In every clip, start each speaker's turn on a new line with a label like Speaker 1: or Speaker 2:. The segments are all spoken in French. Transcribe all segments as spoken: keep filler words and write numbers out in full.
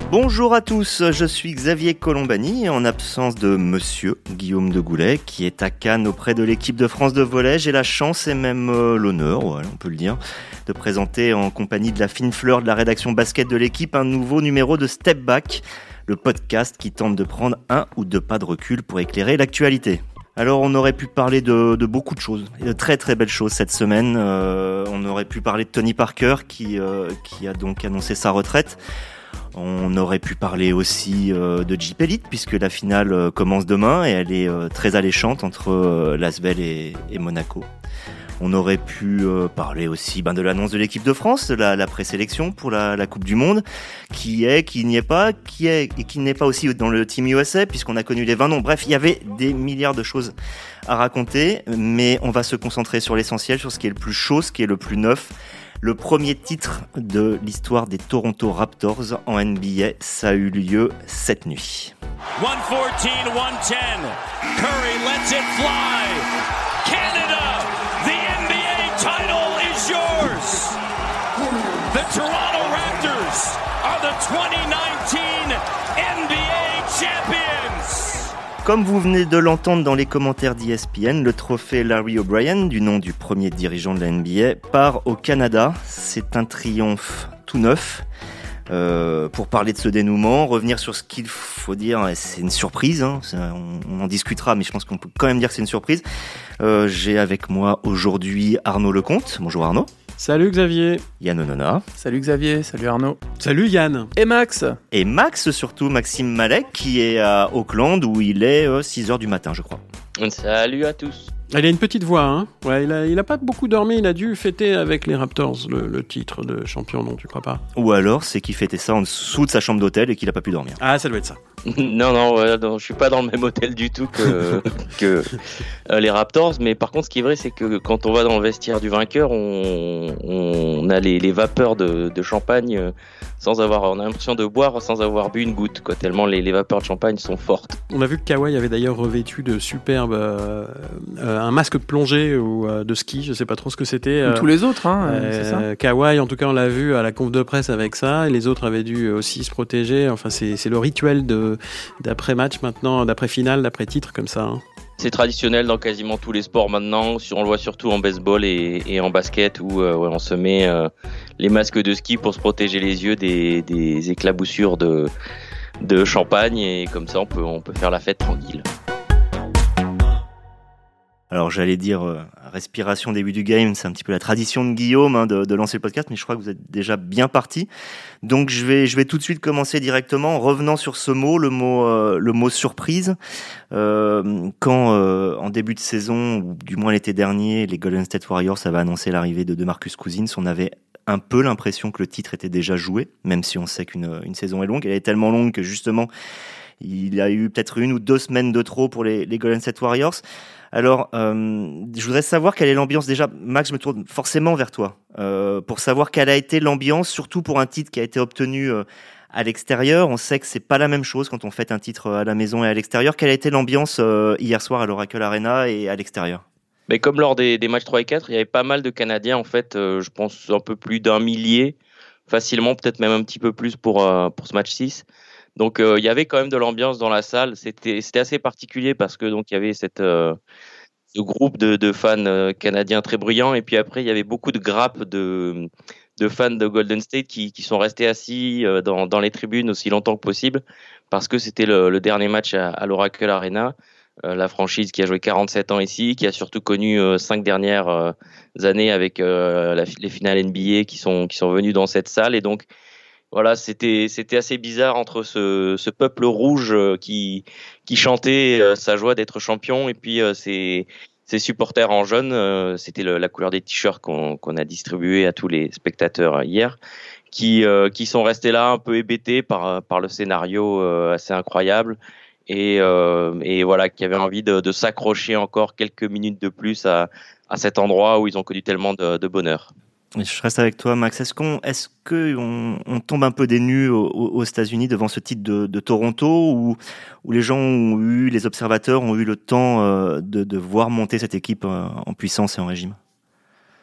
Speaker 1: Bonjour à tous, je suis Xavier Colombani, en absence de Monsieur Guillaume de Goulet, qui est à Cannes auprès de l'équipe de France de volley. J'ai la chance et même euh, l'honneur, ouais, on peut le dire, de présenter en compagnie de la fine fleur de la rédaction basket de l'équipe un nouveau numéro de Step Back, le podcast qui tente de prendre un ou deux pas de recul pour éclairer l'actualité. Alors on aurait pu parler de, de beaucoup de choses, et de très très belles choses cette semaine. Euh, on aurait pu parler de Tony Parker qui, euh, qui a donc annoncé sa retraite. On aurait pu parler aussi euh, de Jeep Elite puisque la finale euh, commence demain et elle est euh, très alléchante entre euh, Lasvel et, et Monaco. On aurait pu euh, parler aussi ben, de l'annonce de l'équipe de France, la, la présélection pour la, la Coupe du Monde, qui est, qui n'y est pas, qui est et qui n'est pas aussi dans le Team U S A puisqu'on a connu les vingt noms. Bref, il y avait des milliards de choses à raconter, mais on va se concentrer sur l'essentiel, sur ce qui est le plus chaud, ce qui est le plus neuf. Le premier titre de l'histoire des Toronto Raptors en N B A, ça a eu lieu cette nuit.
Speaker 2: one fourteen one ten. Curry lets it fly. Canada, the N B A title is yours. The Toronto Raptors are the twenty nineteen N B A champions.
Speaker 1: Comme vous venez de l'entendre dans les commentaires d'E S P N, le trophée Larry O'Brien, du nom du premier dirigeant de la N B A, part au Canada. C'est un triomphe tout neuf. Euh, pour parler de ce dénouement, revenir sur ce qu'il faut dire, c'est une surprise, hein, on, on en discutera, mais je pense qu'on peut quand même dire que c'est une surprise. Euh, j'ai avec moi aujourd'hui Arnaud Lecomte. Bonjour Arnaud.
Speaker 3: Salut Xavier.
Speaker 1: Yann Onona.
Speaker 4: Salut Xavier, salut Arnaud.
Speaker 3: Salut Yann.
Speaker 4: Et Max.
Speaker 1: Et Max surtout, Maxime Malek, qui est à Auckland où il est euh, six heures du matin je crois.
Speaker 5: Salut à tous.
Speaker 3: Il a une petite voix, hein. Ouais, il a, il a pas beaucoup dormi, il a dû fêter avec les Raptors le, le titre de champion, non, tu crois pas?
Speaker 1: Ou alors c'est qu'il fêtait ça en dessous de sa chambre d'hôtel et qu'il a pas pu dormir.
Speaker 3: Ah, ça doit être ça.
Speaker 5: non, non, ouais, non, je suis pas dans le même hôtel du tout que, que euh, les Raptors, mais par contre, ce qui est vrai, c'est que quand on va dans le vestiaire du vainqueur, on, on a les, les vapeurs de, de champagne euh, sans avoir, on a l'impression de boire sans avoir bu une goutte, quoi, tellement les, les vapeurs de champagne sont fortes.
Speaker 3: On a vu que Kawhi avait d'ailleurs revêtu de superbes, euh, euh, un masque de plongée ou euh, de ski, je sais pas trop ce que c'était.
Speaker 4: Comme
Speaker 3: euh,
Speaker 4: tous les autres, hein,
Speaker 3: euh,
Speaker 4: c'est ça.
Speaker 3: Kawhi, en tout cas, on l'a vu à la conf de presse avec ça, et les autres avaient dû aussi se protéger. Enfin, c'est, c'est le rituel de d'après-match maintenant, d'après-finale, d'après-titre, comme ça. Hein.
Speaker 5: C'est traditionnel dans quasiment tous les sports maintenant. On le voit surtout en baseball et, et en basket où euh, ouais, on se met euh, les masques de ski pour se protéger les yeux des, des éclaboussures de, de champagne et comme ça on peut, on peut faire la fête tranquille.
Speaker 1: Alors j'allais dire euh, respiration début du game, c'est un petit peu la tradition de Guillaume hein, de, de lancer le podcast, mais je crois que vous êtes déjà bien parti. Donc je vais, je vais tout de suite commencer directement en revenant sur ce mot, le mot, euh, le mot surprise. Euh, quand euh, en début de saison, ou du moins l'été dernier, les Golden State Warriors avaient annoncé l'arrivée de DeMarcus Cousins, on avait un peu l'impression que le titre était déjà joué, même si on sait qu'une une saison est longue. Elle est tellement longue que justement, il a eu peut-être une ou deux semaines de trop pour les, les Golden State Warriors. Alors, euh, je voudrais savoir quelle est l'ambiance. Déjà, Max, je me tourne forcément vers toi euh, pour savoir quelle a été l'ambiance, surtout pour un titre qui a été obtenu euh, à l'extérieur. On sait que c'est pas la même chose quand on fête un titre à la maison et à l'extérieur. Quelle a été l'ambiance euh, hier soir à l'Oracle Arena et à l'extérieur?
Speaker 5: Mais comme lors des, des matchs trois et quatre, il y avait pas mal de Canadiens, en fait, euh, je pense un peu plus d'un millier, facilement, peut-être même un petit peu plus pour, euh, pour ce match six. Donc euh, il y avait quand même de l'ambiance dans la salle. C'était, c'était assez particulier parce que donc il y avait cette euh, ce groupe de, de fans euh, canadiens très bruyants et puis après il y avait beaucoup de grappes de de fans de Golden State qui qui sont restés assis euh, dans dans les tribunes aussi longtemps que possible parce que c'était le, le dernier match à, à l'Oracle Arena. Euh, la franchise qui a joué quarante-sept ans ici, qui a surtout connu euh, cinq dernières euh, années avec euh, la, les finales N B A qui sont qui sont venues dans cette salle et donc voilà, c'était c'était assez bizarre entre ce ce peuple rouge qui qui chantait euh, sa joie d'être champion et puis euh, ces ces supporters en jaune, euh, c'était le, la couleur des t-shirts qu'on qu'on a distribué à tous les spectateurs hier, qui euh, qui sont restés là un peu hébétés par par le scénario euh, assez incroyable et euh, et voilà qui avaient envie de de s'accrocher encore quelques minutes de plus à à cet endroit où ils ont connu tellement de, de bonheur.
Speaker 1: Je reste avec toi, Max. Est-ce qu'on, est-ce que on, on tombe un peu des nues aux, aux États-Unis devant ce titre de, de Toronto, où, où les gens ont eu, les observateurs ont eu le temps euh, de, de voir monter cette équipe euh, en puissance et en régime?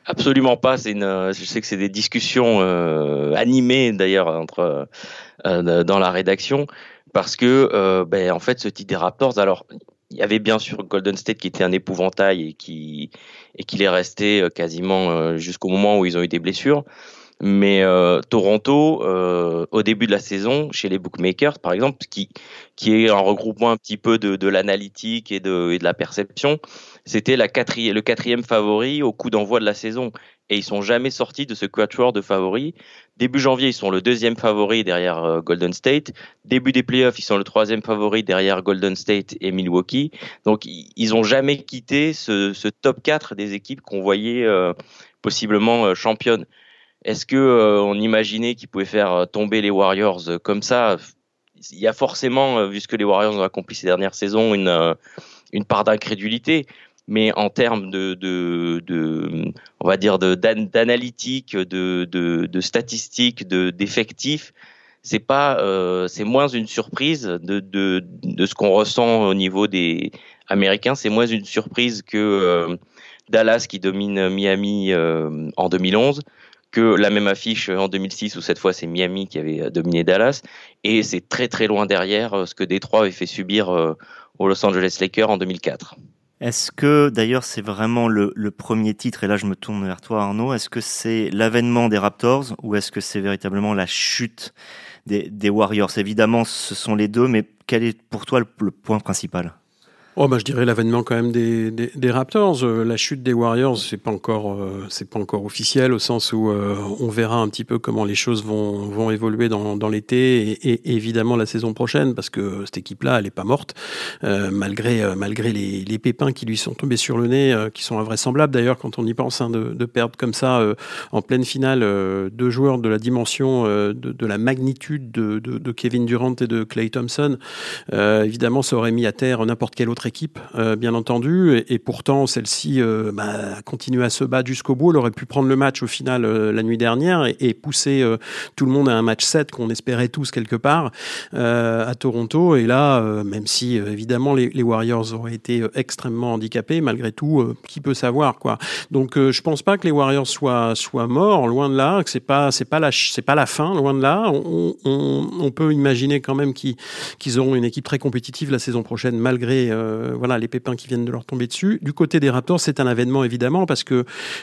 Speaker 5: Absolument pas. C'est une, je sais que c'est des discussions euh, animées d'ailleurs entre euh, dans la rédaction parce que euh, ben en fait ce titre des Raptors, alors il y avait bien sûr Golden State qui était un épouvantail et qui et qui est resté quasiment euh, jusqu'au moment où ils ont eu des blessures. Mais euh, Toronto, euh, au début de la saison, chez les bookmakers, par exemple, qui qui est un regroupement un petit peu de, de l'analytique et de, et de la perception, c'était la quatrième, le quatrième favori au coup d'envoi de la saison. Et ils sont jamais sortis de ce quatuor de favoris. Début janvier, ils sont le deuxième favori derrière euh, Golden State. Début des playoffs, ils sont le troisième favori derrière Golden State et Milwaukee. Donc, ils ont jamais quitté ce, ce top quatre des équipes qu'on voyait euh, possiblement euh, championnes. Est-ce que euh, on imaginait qu'ils pouvaient faire tomber les Warriors euh, comme ça? Il y a forcément, euh, vu ce que les Warriors ont accompli ces dernières saisons, une euh, une part d'incrédulité. Mais en termes de, de, de on va dire de d'analytique, de, de, de statistiques, de d'effectifs, c'est pas, euh, c'est moins une surprise de, de de ce qu'on ressent au niveau des Américains. C'est moins une surprise que euh, Dallas qui domine Miami euh, en deux mille onze. Que la même affiche en deux mille six où cette fois c'est Miami qui avait dominé Dallas, et c'est très très loin derrière ce que Détroit avait fait subir aux Los Angeles Lakers en deux mille quatre.
Speaker 1: Est-ce que d'ailleurs c'est vraiment le, le premier titre, et là je me tourne vers toi Arnaud, est-ce que c'est l'avènement des Raptors ou est-ce que c'est véritablement la chute des, des Warriors? Évidemment ce sont les deux, mais quel est pour toi le, le point principal?
Speaker 3: Oh bah je dirais l'avènement quand même des, des, des Raptors. Euh, la chute des Warriors, c'est pas encore euh, c'est pas encore officiel au sens où euh, on verra un petit peu comment les choses vont vont évoluer dans dans l'été et, et évidemment la saison prochaine, parce que cette équipe-là elle est pas morte euh, malgré euh, malgré les, les pépins qui lui sont tombés sur le nez, euh, qui sont invraisemblables d'ailleurs quand on y pense, hein, de, de perdre comme ça euh, en pleine finale euh, deux joueurs de la dimension euh, de, de la magnitude de, de, de Kevin Durant et de Klay Thompson. Euh, évidemment ça aurait mis à terre n'importe quelle autre équipe, euh, bien entendu, et, et pourtant celle-ci euh, bah, a continué à se battre jusqu'au bout. Elle aurait pu prendre le match au final euh, la nuit dernière et, et pousser euh, tout le monde à un match sept qu'on espérait tous quelque part euh, à Toronto. Et là, euh, même si euh, évidemment les, les Warriors auraient été euh, extrêmement handicapés, malgré tout, euh, qui peut savoir quoi. Donc euh, je pense pas que les Warriors soient soient morts, loin de là. Que c'est pas c'est pas la c'est pas la fin, loin de là. On, on, on peut imaginer quand même qu'ils qu'ils auront une équipe très compétitive la saison prochaine, malgré euh, Euh, voilà les pépins qui viennent de leur tomber dessus. Du côté des Raptors, c'est un avènement évidemment parce que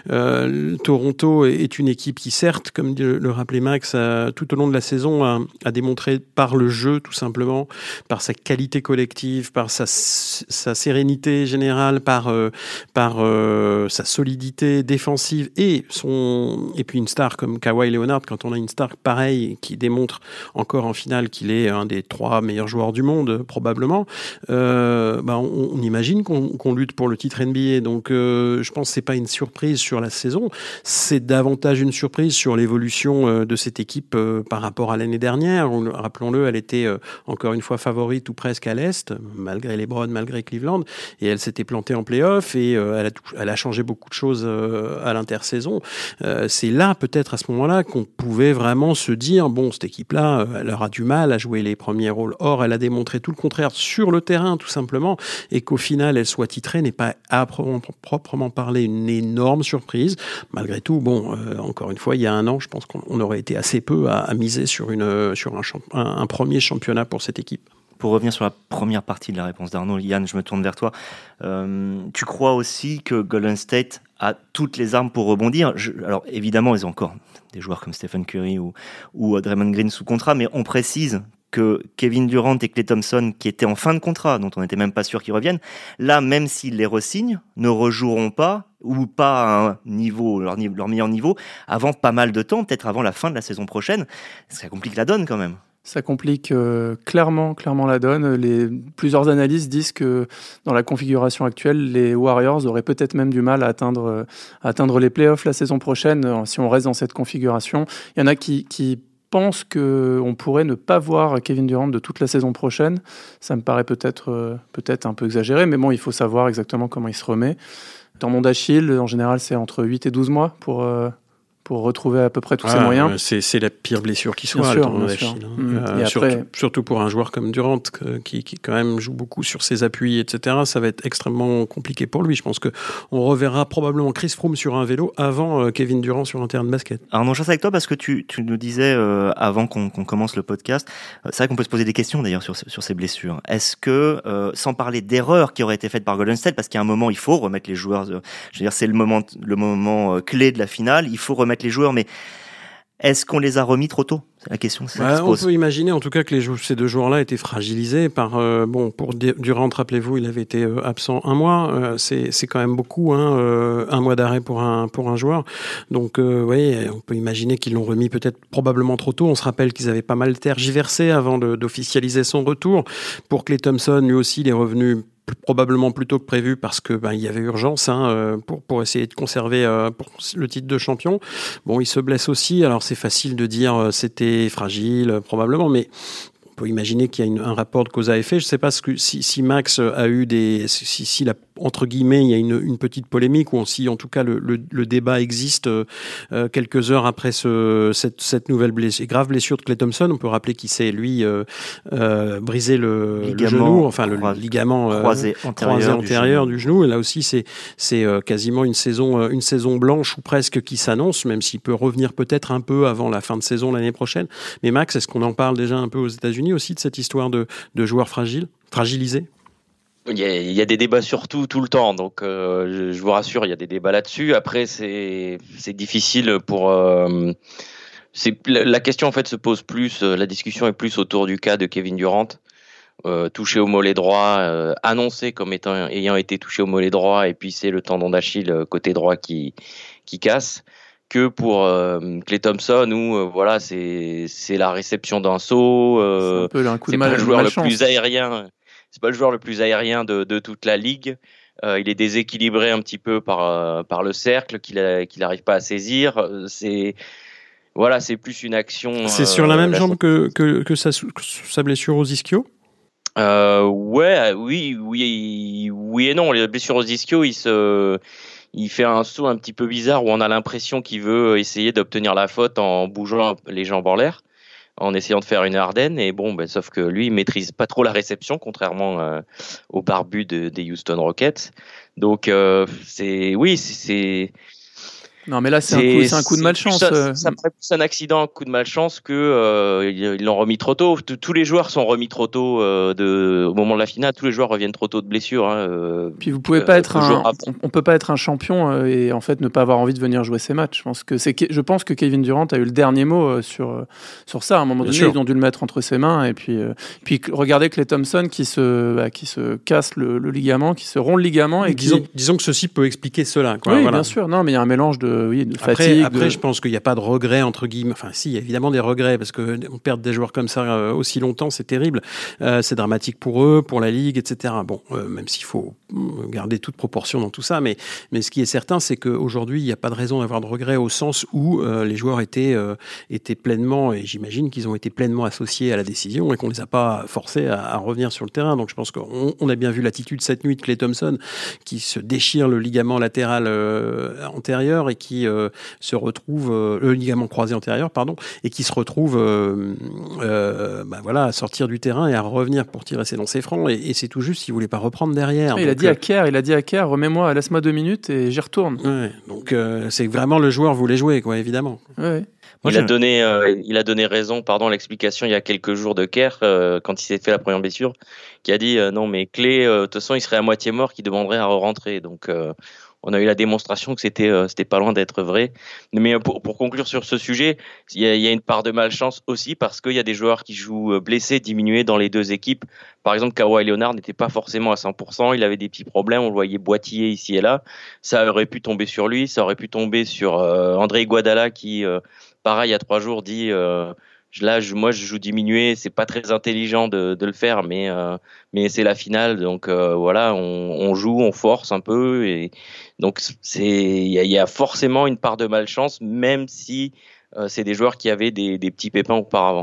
Speaker 3: euh, Toronto est une équipe qui, certes, comme le rappelait Max, a, tout au long de la saison a, a démontré par le jeu tout simplement, par sa qualité collective, par sa, sa sérénité générale, par euh, par euh, sa solidité défensive et son et puis une star comme Kawhi Leonard. Quand on a une star pareille qui démontre encore en finale qu'il est un des trois meilleurs joueurs du monde probablement, euh, bah on, on imagine qu'on, qu'on lutte pour le titre N B A. Donc euh, je pense que c'est pas une surprise sur la saison, c'est davantage une surprise sur l'évolution euh, de cette équipe euh, par rapport à l'année dernière. Où, rappelons-le, elle était euh, encore une fois favorite ou presque à l'Est, malgré LeBron, malgré Cleveland, et elle s'était plantée en play-off et euh, elle, a tout, elle a changé beaucoup de choses euh, à l'intersaison. Euh, c'est là, peut-être à ce moment-là, qu'on pouvait vraiment se dire, bon, cette équipe-là, euh, elle aura du mal à jouer les premiers rôles. Or, elle a démontré tout le contraire sur le terrain, tout simplement, et qu'au final, elle soit titrée n'est pas à proprement parler une énorme surprise. Malgré tout, bon, euh, encore une fois, il y a un an, je pense qu'on aurait été assez peu à, à miser sur, une, sur un, champ, un, un premier championnat pour cette équipe.
Speaker 1: Pour revenir sur la première partie de la réponse d'Arnaud, Yann, je me tourne vers toi. Euh, tu crois aussi que Golden State a toutes les armes pour rebondir? je, Alors évidemment, ils ont encore des joueurs comme Stephen Curry ou, ou Draymond Green sous contrat, mais on précise que Kevin Durant et Klay Thompson, qui étaient en fin de contrat, dont on n'était même pas sûr qu'ils reviennent, là, même s'ils les re-signent, ne rejoueront pas, ou pas à un niveau, leur, leur meilleur niveau, avant pas mal de temps, peut-être avant la fin de la saison prochaine. Ça complique la donne quand même.
Speaker 4: Ça complique euh, clairement, clairement la donne. Les, plusieurs analystes disent que dans la configuration actuelle, les Warriors auraient peut-être même du mal à atteindre, euh, à atteindre les playoffs la saison prochaine, euh, si on reste dans cette configuration. Il y en a qui... qui pense qu'on pourrait ne pas voir Kevin Durant de toute la saison prochaine. Ça me paraît peut-être, euh, peut-être un peu exagéré, mais bon, il faut savoir exactement comment il se remet. Dans mon d'Achille, en général, c'est entre huit et douze mois pour, euh, pour retrouver à peu près tous
Speaker 3: ah,
Speaker 4: ses moyens.
Speaker 3: Euh, c'est, c'est la pire blessure qui soit,
Speaker 4: bien
Speaker 3: le
Speaker 4: sûr,
Speaker 3: tendon
Speaker 4: bien sûr.
Speaker 3: d'Achille. Hein.
Speaker 4: Mmh.
Speaker 3: Euh,
Speaker 4: Et après...
Speaker 3: surtout, surtout pour un joueur comme Durant, que, qui, qui quand même joue beaucoup sur ses appuis, et cetera. Ça va être extrêmement compliqué pour lui. Je pense qu'on reverra probablement Chris Froome sur un vélo avant euh, Kevin Durant sur un terrain de basket.
Speaker 1: Alors, non, je reste avec toi parce que tu, tu nous disais euh, avant qu'on, qu'on commence le podcast, euh, c'est vrai qu'on peut se poser des questions d'ailleurs sur, sur ces blessures. Est-ce que, euh, sans parler d'erreurs qui auraient été faites par Golden State, parce qu'à un moment il faut remettre les joueurs, euh, je veux dire c'est le moment, le moment euh, clé de la finale, il faut remettre les joueurs, mais est-ce qu'on les a remis trop tôt ? C'est la question. C'est ça
Speaker 3: bah,
Speaker 1: qui se pose.
Speaker 3: On peut imaginer en tout cas que les jou- ces deux joueurs-là étaient fragilisés par euh, bon pour Durant, rappelez-vous, il avait été euh, absent un mois. Euh, c'est c'est quand même beaucoup, hein, euh, un mois d'arrêt pour un pour un joueur. Donc euh, oui, on peut imaginer qu'ils l'ont remis peut-être probablement trop tôt. On se rappelle qu'ils avaient pas mal tergiversé avant de, d'officialiser son retour. Pour Klay Thompson, lui aussi, il est revenu probablement plus tôt que prévu parce que ben, il y avait urgence hein, pour pour essayer de conserver euh, pour le titre de champion. Bon, il se blesse aussi. Alors c'est facile de dire euh, c'était fragile euh, probablement, mais on peut imaginer qu'il y a une, un rapport de cause à effet. Je ne sais pas ce que, si, si Max a eu des... Si, si la, entre guillemets, il y a une, une petite polémique, ou si en tout cas le, le, le débat existe euh, quelques heures après ce, cette, cette nouvelle blessure, grave blessure de Klay Thompson. On peut rappeler qu'il s'est, lui, euh, euh, brisé le, le genou, enfin le
Speaker 1: croisé,
Speaker 3: ligament euh,
Speaker 1: croisé antérieur,
Speaker 3: croisé antérieur
Speaker 1: du,
Speaker 3: du genou. Et là aussi, c'est, c'est euh, quasiment une saison, euh, une saison blanche ou presque qui s'annonce, même s'il peut revenir peut-être un peu avant la fin de saison l'année prochaine. Mais Max, est-ce qu'on en parle déjà un peu aux États-Unis aussi de cette histoire de, de joueurs fragiles, fragilisés?
Speaker 5: Il y, a, il y a des débats sur tout, tout le temps, donc euh, je, je vous rassure, il y a des débats là-dessus. Après, c'est, c'est difficile pour... Euh, c'est, la, la question en fait se pose plus, la discussion est plus autour du cas de Kevin Durant, euh, touché au mollet droit, euh, annoncé comme étant, ayant été touché au mollet droit, et puis c'est le tendon d'Achille côté droit qui, qui casse, que pour euh, Klay Thompson où euh, voilà, c'est, c'est la réception d'un saut, euh,
Speaker 4: c'est un peu un coup de
Speaker 5: c'est
Speaker 4: mal,
Speaker 5: pas le joueur le
Speaker 4: malchance.
Speaker 5: plus aérien. C'est pas le joueur le plus aérien de, de toute la ligue. Euh, il est déséquilibré un petit peu par, euh, par le cercle qu'il a, qu'il n'arrive pas à saisir. C'est, voilà, c'est plus une action.
Speaker 3: C'est
Speaker 5: euh,
Speaker 3: sur la même
Speaker 5: la
Speaker 3: jambe que, que, que, sa, que sa blessure aux ischio
Speaker 5: euh, Ouais, oui, oui, oui et non. Les blessures aux ischio, il se, il fait un saut un petit peu bizarre où on a l'impression qu'il veut essayer d'obtenir la faute en bougeant les jambes en l'air, en essayant de faire une Harden, et bon, ben, sauf que lui, il maîtrise pas trop la réception, contrairement euh, au barbu de, des Houston Rockets. Donc, euh, c'est, oui, c'est, c'est
Speaker 4: Non, mais là, c'est, c'est, un, coup, c'est un coup de malchance.
Speaker 5: Ça, ça paraît plus un accident, un coup de malchance que euh, ils l'ont remis trop tôt. Tous les joueurs sont remis trop tôt euh, de, au moment de la finale. Tous les joueurs reviennent trop tôt de blessure. Hein, euh,
Speaker 4: Puis vous pouvez pas euh, être un, on, on peut pas être un champion euh, et en fait ne pas avoir envie de venir jouer ses matchs. Je pense que c'est, je pense que Kevin Durant a eu le dernier mot euh, sur sur ça. À un moment Bien donné, sûr. Ils ont dû le mettre entre ses mains et puis euh, puis regardez Klay Thompson qui se bah, qui se casse le, le ligament, qui se rompt le ligament et
Speaker 3: disons,
Speaker 4: qui...
Speaker 3: disons que ceci peut expliquer cela. Quoi,
Speaker 4: oui,
Speaker 3: voilà.
Speaker 4: bien sûr. Non, mais il y a un mélange de, oui, de
Speaker 3: Après,
Speaker 4: fatigue.
Speaker 3: Après,
Speaker 4: de...
Speaker 3: je pense qu'il n'y a pas de regret, entre guillemets. Enfin, si, il y a évidemment des regrets, parce que perdre des joueurs comme ça euh, aussi longtemps, c'est terrible. Euh, c'est dramatique pour eux, pour la Ligue, et cetera. Bon, euh, même s'il faut garder toute proportion dans tout ça, mais, mais ce qui est certain, c'est qu'aujourd'hui, il n'y a pas de raison d'avoir de regrets au sens où euh, les joueurs étaient, euh, étaient pleinement, et j'imagine qu'ils ont été pleinement associés à la décision et qu'on ne les a pas forcés à, à revenir sur le terrain. Donc, je pense qu'on on a bien vu l'attitude cette nuit de Klay Thompson, qui se déchire le ligament latéral euh, antérieur et qui euh, se retrouve euh, le ligament croisé antérieur, pardon, et qui se retrouve euh, euh, bah voilà, à sortir du terrain et à revenir pour tirer ses lancers francs. Et, et c'est tout juste s'il voulait pas reprendre derrière.
Speaker 4: Il donc, a dit à Kerr, il a dit à Kerr, remets-moi, laisse-moi deux minutes et j'y retourne.
Speaker 3: Ouais, donc euh, c'est vraiment le joueur voulait jouer, quoi, évidemment.
Speaker 4: Ouais.
Speaker 5: Moi, il, a donné, euh, il a donné raison, pardon, l'explication il y a quelques jours de Kerr, euh, quand il s'est fait la première blessure, qui a dit euh, non, mais Klay, euh, de toute façon, il serait à moitié mort, qui demanderait à re-rentrer. Donc, euh, on a eu la démonstration que c'était, euh, c'était pas loin d'être vrai. Mais pour, pour conclure sur ce sujet, il y, a, il y a une part de malchance aussi parce qu'il y a des joueurs qui jouent blessés, diminués dans les deux équipes. Par exemple, Kawhi Leonard n'était pas forcément à cent pour cent. Il avait des petits problèmes. On le voyait boitiller ici et là. Ça aurait pu tomber sur lui. Ça aurait pu tomber sur euh, André Iguodala qui, euh, pareil, il y a trois jours, dit... Euh, Là, je, moi, je joue diminué. C'est pas très intelligent de, de le faire, mais euh, mais c'est la finale, donc euh, voilà, on, on joue, on force un peu, et donc c'est il y, y a forcément une part de malchance, même si euh, c'est des joueurs qui avaient des, des petits pépins auparavant.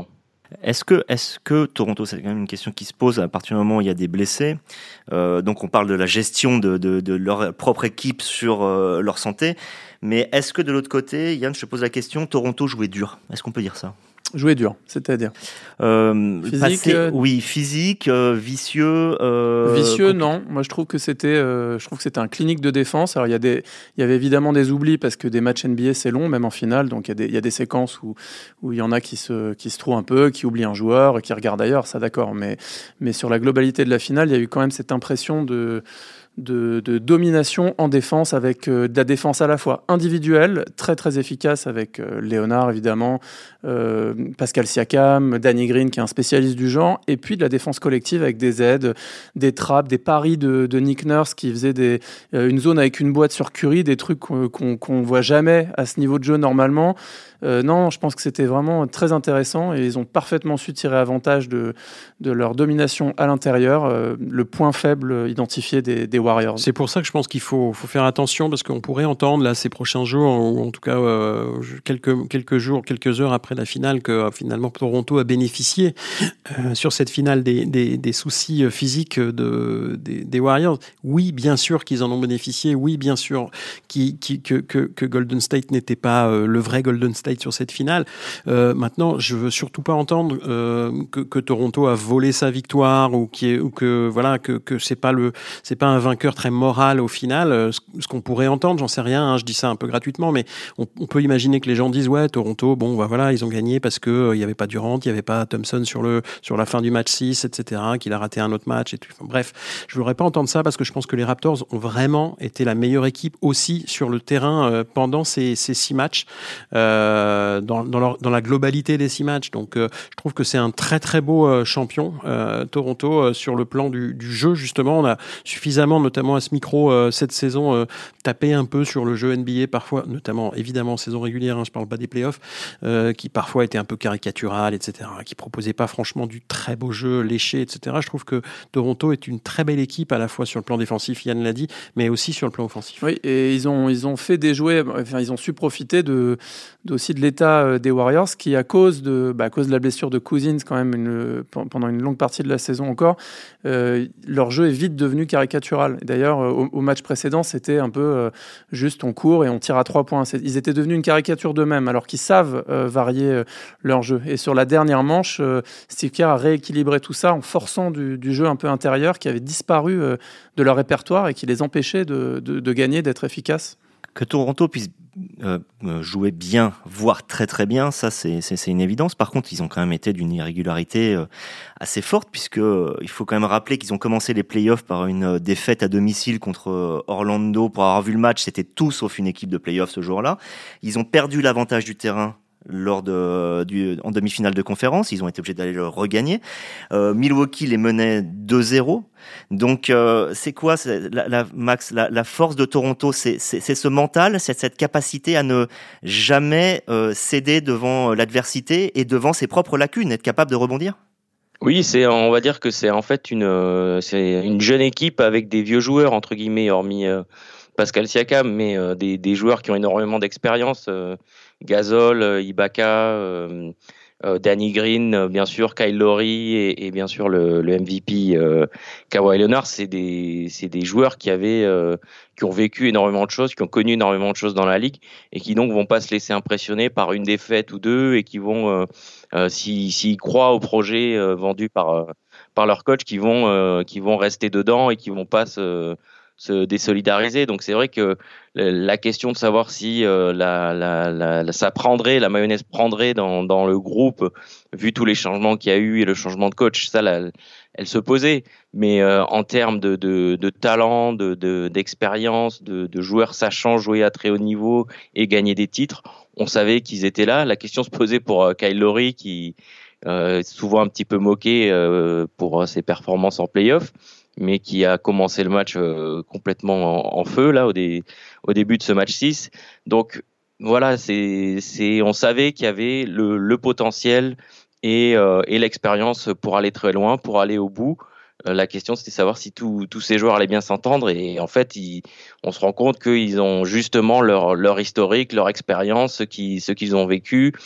Speaker 1: Est-ce que, est-ce que Toronto, c'est quand même une question qui se pose à partir du moment où il y a des blessés. Euh, donc on parle de la gestion de, de, de leur propre équipe sur euh, leur santé. Mais est-ce que de l'autre côté, Yann, je te pose la question, Toronto jouait dur? Est-ce qu'on peut dire ça?
Speaker 4: Jouer dur, c'est-à-dire
Speaker 1: euh,
Speaker 4: physique,
Speaker 1: passé,
Speaker 4: euh...
Speaker 1: oui, physique, euh, vicieux. Euh,
Speaker 4: vicieux,
Speaker 1: compl-
Speaker 4: non. Moi, je trouve que c'était, euh, je trouve que c'était un clinique de défense. Alors, il y a des, il y avait évidemment des oublis parce que des matchs N B A c'est long, même en finale. Donc, il y a des, il y a des séquences où, où il y en a qui se, qui se trouvent un peu, qui oublient un joueur, qui regardent ailleurs. Ça, d'accord. Mais, mais sur la globalité de la finale, il y a eu quand même cette impression de De, de domination en défense avec euh, de la défense à la fois individuelle, très très efficace avec euh, Léonard évidemment, euh, Pascal Siakam, Danny Green qui est un spécialiste du genre, et puis de la défense collective avec des aides, des trappes, des paris de, de Nick Nurse qui faisait des, euh, une zone avec une boîte sur Curry, des trucs qu'on, qu'on, qu'on voit jamais à ce niveau de jeu normalement. Euh, non, je pense que c'était vraiment très intéressant et ils ont parfaitement su tirer avantage de, de leur domination à l'intérieur, euh, le point faible identifié des, des Warriors.
Speaker 3: C'est pour ça que je pense qu'il faut, faut faire attention parce qu'on pourrait entendre là ces prochains jours, ou en tout cas euh, quelques, quelques jours, quelques heures après la finale, que euh, finalement Toronto a bénéficié euh, sur cette finale des, des, des soucis physiques de, des, des Warriors. Oui, bien sûr qu'ils en ont bénéficié. Oui, bien sûr qui, qui, que, que, que Golden State n'était pas euh, le vrai Golden State sur cette finale. Euh, maintenant, je veux surtout pas entendre euh, que, que Toronto a volé sa victoire ou, qui est, ou que voilà que, que c'est pas le c'est pas un vainqueur très moral au final. Ce, ce qu'on pourrait entendre, j'en sais rien. Hein, je dis ça un peu gratuitement, mais on, on peut imaginer que les gens disent ouais Toronto, bon bah voilà ils ont gagné parce que il euh, y avait pas Durant, il y avait pas Thompson sur le sur la fin du match six, et cetera. Qu'il a raté un autre match et tout. Enfin, bref, je voudrais pas entendre ça parce que je pense que les Raptors ont vraiment été la meilleure équipe aussi sur le terrain euh, pendant ces, ces six matchs. Euh, Dans, dans, leur, dans la globalité des six matchs. Donc, euh, je trouve que c'est un très, très beau euh, champion, euh, Toronto, euh, sur le plan du, du jeu, justement. On a suffisamment, notamment à ce micro, euh, cette saison, euh, tapé un peu sur le jeu N B A, parfois, notamment, évidemment, en saison régulière, hein, je parle pas des playoffs, euh, qui parfois était un peu caricatural, et cetera, qui proposait pas franchement du très beau jeu, léché, et cetera. Je trouve que Toronto est une très belle équipe, à la fois sur le plan défensif, Yann l'a dit, mais aussi sur le plan offensif.
Speaker 4: Oui, et ils ont, ils ont fait des jouets, enfin, ils ont su profiter de, de aussi de l'état des Warriors qui, à cause de, bah, à cause de la blessure de Cousins, quand même, une, pendant une longue partie de la saison encore, euh, leur jeu est vite devenu caricatural. Et d'ailleurs, au, au match précédent, c'était un peu euh, juste on court et on tire à trois points. C'est, ils étaient devenus une caricature d'eux-mêmes, alors qu'ils savent euh, varier euh, leur jeu. Et sur la dernière manche, euh, Steve Kerr a rééquilibré tout ça en forçant du, du jeu un peu intérieur qui avait disparu euh, de leur répertoire et qui les empêchait de, de, de gagner, d'être efficaces.
Speaker 1: Que Toronto puisse euh, jouer bien, voire très très bien, ça c'est, c'est, c'est une évidence. Par contre, ils ont quand même été d'une irrégularité euh, assez forte, puisque euh, il faut quand même rappeler qu'ils ont commencé les playoffs par une euh, défaite à domicile contre euh, Orlando. Pour avoir vu le match, c'était tout sauf une équipe de playoffs ce jour-là. Ils ont perdu l'avantage du terrain lors de, du, en demi-finale de conférence, ils ont été obligés d'aller le regagner. Euh, Milwaukee les menait deux zéro. Donc, euh, c'est quoi, c'est la, la, Max, la, la force de Toronto, c'est, c'est, c'est ce mental, c'est cette capacité à ne jamais euh, céder devant l'adversité et devant ses propres lacunes, être capable de rebondir?
Speaker 5: Oui, c'est, on va dire que c'est en fait une, euh, c'est une jeune équipe avec des vieux joueurs, entre guillemets, hormis euh, Pascal Siakam, mais euh, des, des joueurs qui ont énormément d'expérience. Euh, Gasol, euh, Ibaka, euh, euh, Danny Green, euh, bien sûr, Kyle Lowry et, et bien sûr le, le M V P euh, Kawhi Leonard. C'est des, c'est des joueurs qui avaient, euh, qui ont vécu énormément de choses, qui ont connu énormément de choses dans la ligue et qui donc vont pas se laisser impressionner par une défaite ou deux et qui vont, euh, euh, s'ils, s'ils croient au projet euh, vendu par euh, par leur coach, qui vont, euh, qui vont rester dedans et qui vont pas se se désolidariser. Donc c'est vrai que la question de savoir si euh, la, la, la, ça prendrait, la mayonnaise prendrait dans, dans le groupe, vu tous les changements qu'il y a eu et le changement de coach, ça, la, elle se posait. Mais euh, en termes de, de, de talent, de, de, d'expérience, de, de joueurs sachant jouer à très haut niveau et gagner des titres, on savait qu'ils étaient là. La question se posait pour euh, Kyle Lowry, qui euh, est souvent un petit peu moqué euh, pour ses performances en play-off, mais qui a commencé le match euh, complètement en, en feu là au, dé, au début de ce match six. Donc voilà, c'est, c'est, on savait qu'il y avait le, le potentiel et, euh, et l'expérience pour aller très loin, pour aller au bout. Euh, la question, c'était de savoir si tous tous ces joueurs allaient bien s'entendre. Et en fait, ils, on se rend compte qu'ils ont justement leur, leur historique, leur expérience, ce, qui, ce qu'ils ont vécu.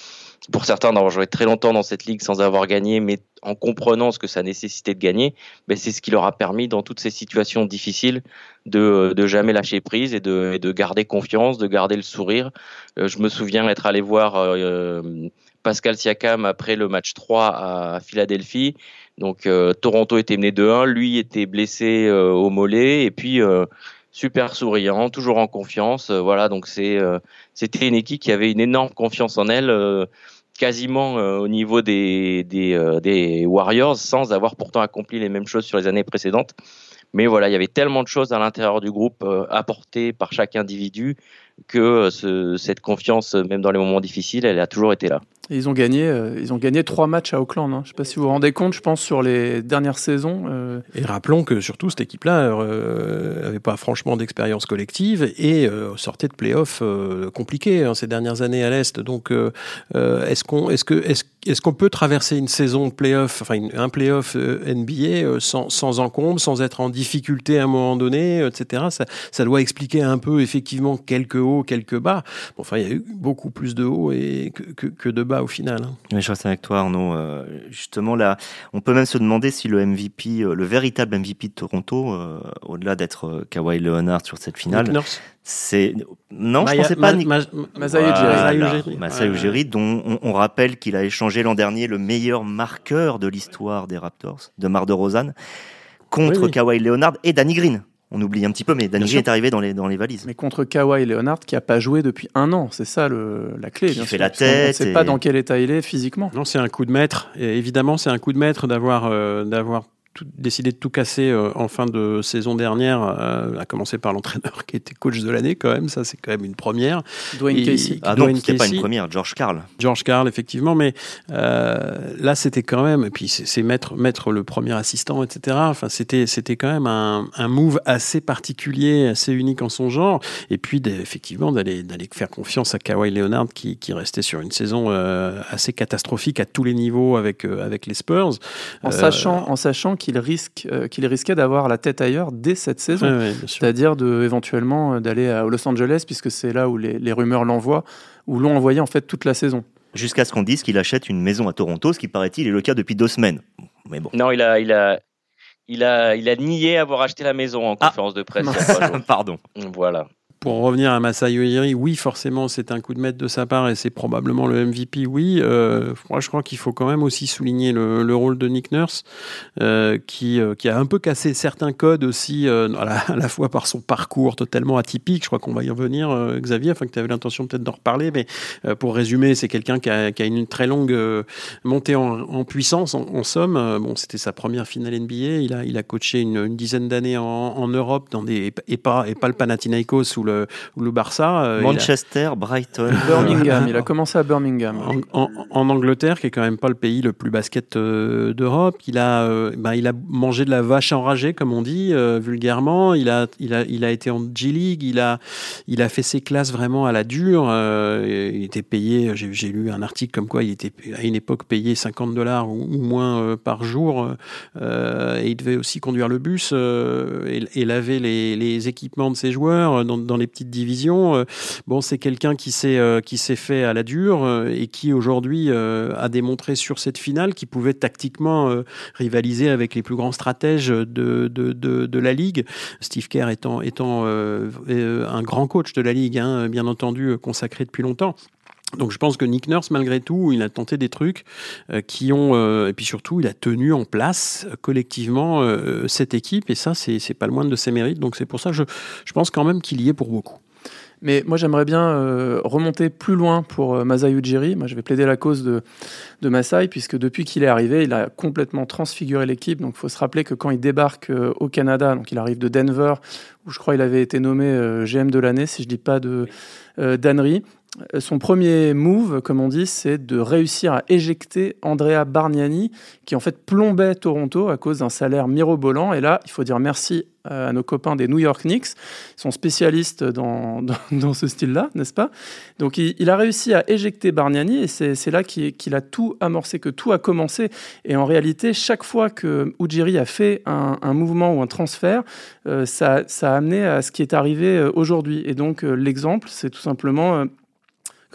Speaker 5: pour certains d'avoir joué très longtemps dans cette ligue sans avoir gagné, mais en comprenant ce que ça nécessitait de gagner, ben c'est ce qui leur a permis dans toutes ces situations difficiles de, de jamais lâcher prise et de, et de garder confiance, de garder le sourire. Euh, je me souviens être allé voir euh, Pascal Siakam après le match trois à Philadelphie. Donc euh, Toronto était mené deux un, lui était blessé euh, au mollet et puis euh, super souriant, toujours en confiance. Euh, voilà, donc c'est euh, c'était une équipe qui avait une énorme confiance en elle. Euh, quasiment euh, au niveau des, des, euh, des Warriors, sans avoir pourtant accompli les mêmes choses sur les années précédentes. Mais voilà, il y avait tellement de choses à l'intérieur du groupe euh, apportées par chaque individu que euh, ce, cette confiance, même dans les moments difficiles, elle a toujours été là.
Speaker 4: Et ils ont gagné, euh, ils ont gagné trois matchs à Auckland. Hein. Je ne sais pas si vous vous rendez compte, je pense, sur les dernières saisons. Euh...
Speaker 3: Et rappelons que surtout, cette équipe-là n'avait euh, pas franchement d'expérience collective et euh, sortait de play-offs euh, compliqués hein, ces dernières années à l'Est. Donc, euh, euh, est-ce qu'on, est-ce que, est-ce, est-ce qu'on peut traverser une saison de play-off, enfin une, un play-off euh, N B A euh, sans, sans encombre, sans être en difficulté à un moment donné, et cetera. Ça, ça doit expliquer un peu, effectivement, quelques hauts, quelques bas. Bon, enfin, il y a eu beaucoup plus de hauts et que, que, que de bas au final.
Speaker 1: Oui, je reste avec toi, Arnaud. Euh, justement, là, on peut même se demander si le M V P, euh, le véritable M V P de Toronto, euh, au-delà d'être euh, Kawhi Leonard sur cette finale, c'est non, Maya, je pensais pas.
Speaker 4: Ma, Nick... Ma, Masai Ujiri,
Speaker 1: Masai Ujiri, dont on, on rappelle qu'il a échangé l'an dernier le meilleur marqueur de l'histoire des Raptors, DeMar DeRozan, contre oui, oui. Kawhi Leonard et Danny Green. On oublie un petit peu, mais Danny Green est arrivé dans les, dans les valises.
Speaker 4: Mais contre Kawhi Leonard, qui n'a pas joué depuis un an, c'est ça le, la clé.
Speaker 1: Qui
Speaker 4: bien
Speaker 1: fait
Speaker 4: sûr,
Speaker 1: la tête.
Speaker 4: On ne sait
Speaker 1: et...
Speaker 4: pas dans quel état il est physiquement.
Speaker 3: Non, c'est un coup de maître. Et évidemment, c'est un coup de maître d'avoir, euh, d'avoir tout, décidé de tout casser euh, en fin de saison dernière, euh, à commencer par l'entraîneur qui était coach de l'année quand même. Ça, c'est quand même une première.
Speaker 4: Dwayne
Speaker 3: et,
Speaker 4: Casey.
Speaker 1: Ah
Speaker 3: Dwayne
Speaker 1: non, c'était
Speaker 3: Casey.
Speaker 1: pas une première. George Karl.
Speaker 3: George Karl, effectivement. Mais euh, là, c'était quand même... Et puis, c'est, c'est mettre, mettre le premier assistant, et cetera. Enfin, c'était, c'était quand même un, un move assez particulier, assez unique en son genre. Et puis, effectivement, d'aller, d'aller faire confiance à Kawhi Leonard qui, qui restait sur une saison euh, assez catastrophique à tous les niveaux avec, euh, avec les Spurs.
Speaker 4: En, euh, sachant, en sachant qu'il risque... Euh, qu'il risquait d'avoir la tête ailleurs dès cette saison,
Speaker 3: ouais, ouais,
Speaker 4: c'est-à-dire de, éventuellement d'aller à Los Angeles, puisque c'est là où les, les rumeurs l'envoient, où l'ont envoyé en fait toute la saison.
Speaker 1: Jusqu'à ce qu'on dise qu'il achète une maison à Toronto, ce qui paraît-il est le cas depuis deux semaines. Mais bon.
Speaker 5: Non, il a, il a, il a, il a nié avoir acheté la maison en conférence ah. de presse.
Speaker 1: Pardon.
Speaker 5: Voilà.
Speaker 3: Pour revenir à Masai Ujiri, oui, forcément, c'est un coup de maître de sa part et c'est probablement le M V P, oui. Euh, moi, je crois qu'il faut quand même aussi souligner le, le rôle de Nick Nurse, euh, qui, euh, qui a un peu cassé certains codes aussi, euh, à, la, à la fois par son parcours totalement atypique. Je crois qu'on va y revenir, euh, Xavier, enfin que tu avais l'intention peut-être d'en reparler, mais euh, pour résumer, c'est quelqu'un qui a, qui a une très longue euh, montée en, en puissance, en, en somme. Euh, bon, c'était sa première finale N B A. Il a, il a coaché une, une dizaine d'années en, en Europe, dans des, et, pas, et pas le Panathinaikos ou le ou le Barça. Euh,
Speaker 1: Manchester, a... Brighton.
Speaker 4: Birmingham, il a commencé à Birmingham.
Speaker 3: En, en, en Angleterre, qui est quand même pas le pays le plus basket euh, d'Europe. Il a, euh, bah, il a mangé de la vache enragée, comme on dit, euh, vulgairement. Il a, il, a, il a été en G-League, il a, il a fait ses classes vraiment à la dure. Euh, il était payé, j'ai, j'ai lu un article comme quoi il était à une époque payé cinquante dollars ou, ou moins euh, par jour. Euh, et il devait aussi conduire le bus euh, et, et laver les, les équipements de ses joueurs dans, dans les petites divisions. Bon, c'est quelqu'un qui s'est, euh, qui s'est fait à la dure euh, et qui aujourd'hui euh, a démontré sur cette finale qu'il pouvait tactiquement euh, rivaliser avec les plus grands stratèges de, de, de, de la Ligue. Steve Kerr étant, étant euh, euh, un grand coach de la Ligue, hein, bien entendu consacré depuis longtemps. Donc je pense que Nick Nurse, malgré tout, il a tenté des trucs euh, qui ont... Euh, et puis surtout, il a tenu en place euh, collectivement euh, cette équipe. Et ça, c'est, c'est pas le moindre de ses mérites. Donc c'est pour ça que je, je pense quand même qu'il y est pour beaucoup.
Speaker 4: Mais moi, j'aimerais bien euh, remonter plus loin pour euh, Masai Ujiri. Moi, je vais plaider la cause de, de Masai, puisque depuis qu'il est arrivé, il a complètement transfiguré l'équipe. Donc il faut se rappeler que quand il débarque euh, au Canada, donc il arrive de Denver, où je crois qu'il avait été nommé euh, G M de l'année, si je ne dis pas de euh, d'ânerie. Son premier move, comme on dit, c'est de réussir à éjecter Andrea Bargnani, qui en fait plombait Toronto à cause d'un salaire mirobolant. Et là, il faut dire merci à nos copains des New York Knicks. Ils sont spécialistes dans, dans, dans ce style-là, n'est-ce pas ? Donc il, il a réussi à éjecter Bargnani et c'est, c'est là qu'il, qu'il a tout amorcé, que tout a commencé. Et en réalité, chaque fois que Ujiri a fait un, un mouvement ou un transfert, euh, ça, ça a amené à ce qui est arrivé aujourd'hui. Et donc euh, l'exemple, c'est tout simplement... Euh,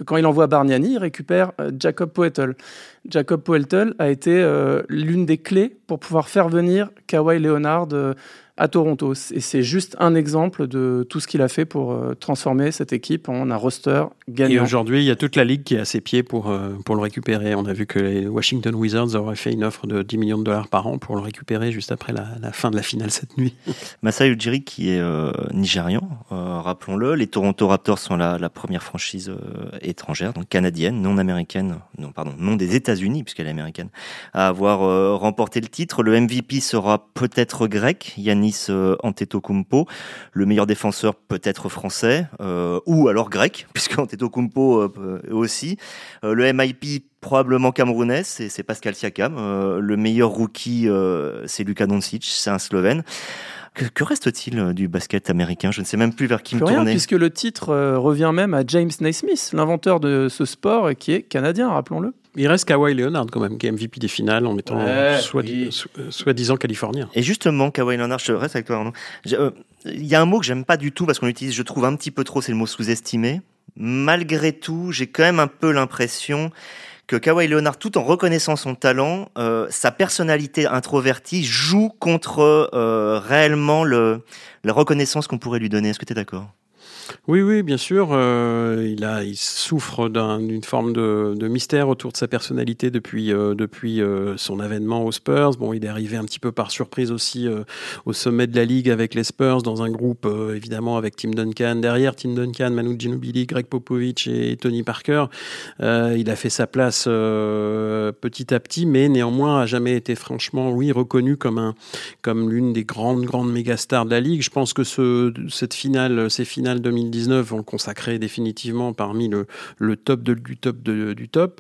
Speaker 4: que quand il envoie Bargnani, il récupère euh, Jacob Poeltl. Jacob Poeltl a été euh, l'une des clés pour pouvoir faire venir Kawhi Leonard euh, à Toronto. Et c'est juste un exemple de tout ce qu'il a fait pour euh, transformer cette équipe en un roster gagnant.
Speaker 3: Et aujourd'hui, il y a toute la ligue qui est à ses pieds pour, euh, pour le récupérer. On a vu que les Washington Wizards auraient fait une offre de dix millions de dollars par an pour le récupérer juste après la, la fin de la finale cette nuit.
Speaker 1: Masai Ujiri qui est euh, nigérian, euh, rappelons-le. Les Toronto Raptors sont la, la première franchise euh, étrangère, donc canadienne, non américaine, non pardon, non des États-Unis puisqu'elle est américaine, à avoir euh, remporté le titre. Le M V P sera peut-être grec, Giannis euh, Antetokounmpo. Le meilleur défenseur peut-être français euh, ou alors grec, puisque Antetokounmpo euh, aussi. Euh, le M I P probablement camerounais, c'est, c'est Pascal Siakam. Euh, le meilleur rookie, euh, c'est Luka Doncic, c'est un Slovène. Que, que reste-t-il du basket américain ? Je ne sais même plus vers qui
Speaker 4: plus
Speaker 1: me tourner.
Speaker 4: Rien, puisque le titre euh, revient même à James Naismith, l'inventeur de ce sport et qui est canadien, rappelons-le.
Speaker 3: Il reste Kawhi Leonard quand même, qui est M V P des finales en étant
Speaker 4: ouais,
Speaker 3: soit,
Speaker 4: oui.
Speaker 3: so, soi-disant californien.
Speaker 1: Et justement, Kawhi Leonard, je reste avec toi Arnaud. Il euh, y a un mot que j'aime pas du tout parce qu'on l'utilise, je trouve un petit peu trop, c'est le mot sous-estimé. Malgré tout, j'ai quand même un peu l'impression que Kawhi Leonard, tout en reconnaissant son talent, euh, sa personnalité introvertie joue contre euh, réellement le, la reconnaissance qu'on pourrait lui donner. Est-ce que tu es d'accord ?
Speaker 3: Oui, oui, bien sûr. Euh, il a, il souffre d'un, d'une forme de, de mystère autour de sa personnalité depuis, euh, depuis euh, son avènement aux Spurs. Bon, il est arrivé un petit peu par surprise aussi euh, au sommet de la ligue avec les Spurs, dans un groupe euh, évidemment avec Tim Duncan derrière, Tim Duncan, Manu Ginobili, Greg Popovich et Tony Parker. Euh, il a fait sa place euh, petit à petit, mais néanmoins a jamais été franchement, oui, reconnu comme un, comme l'une des grandes, grandes méga stars de la ligue. Je pense que ce, cette finale, ces finales deux mille dix-neuf vont le consacrer définitivement parmi le, le top de, du top de, du top.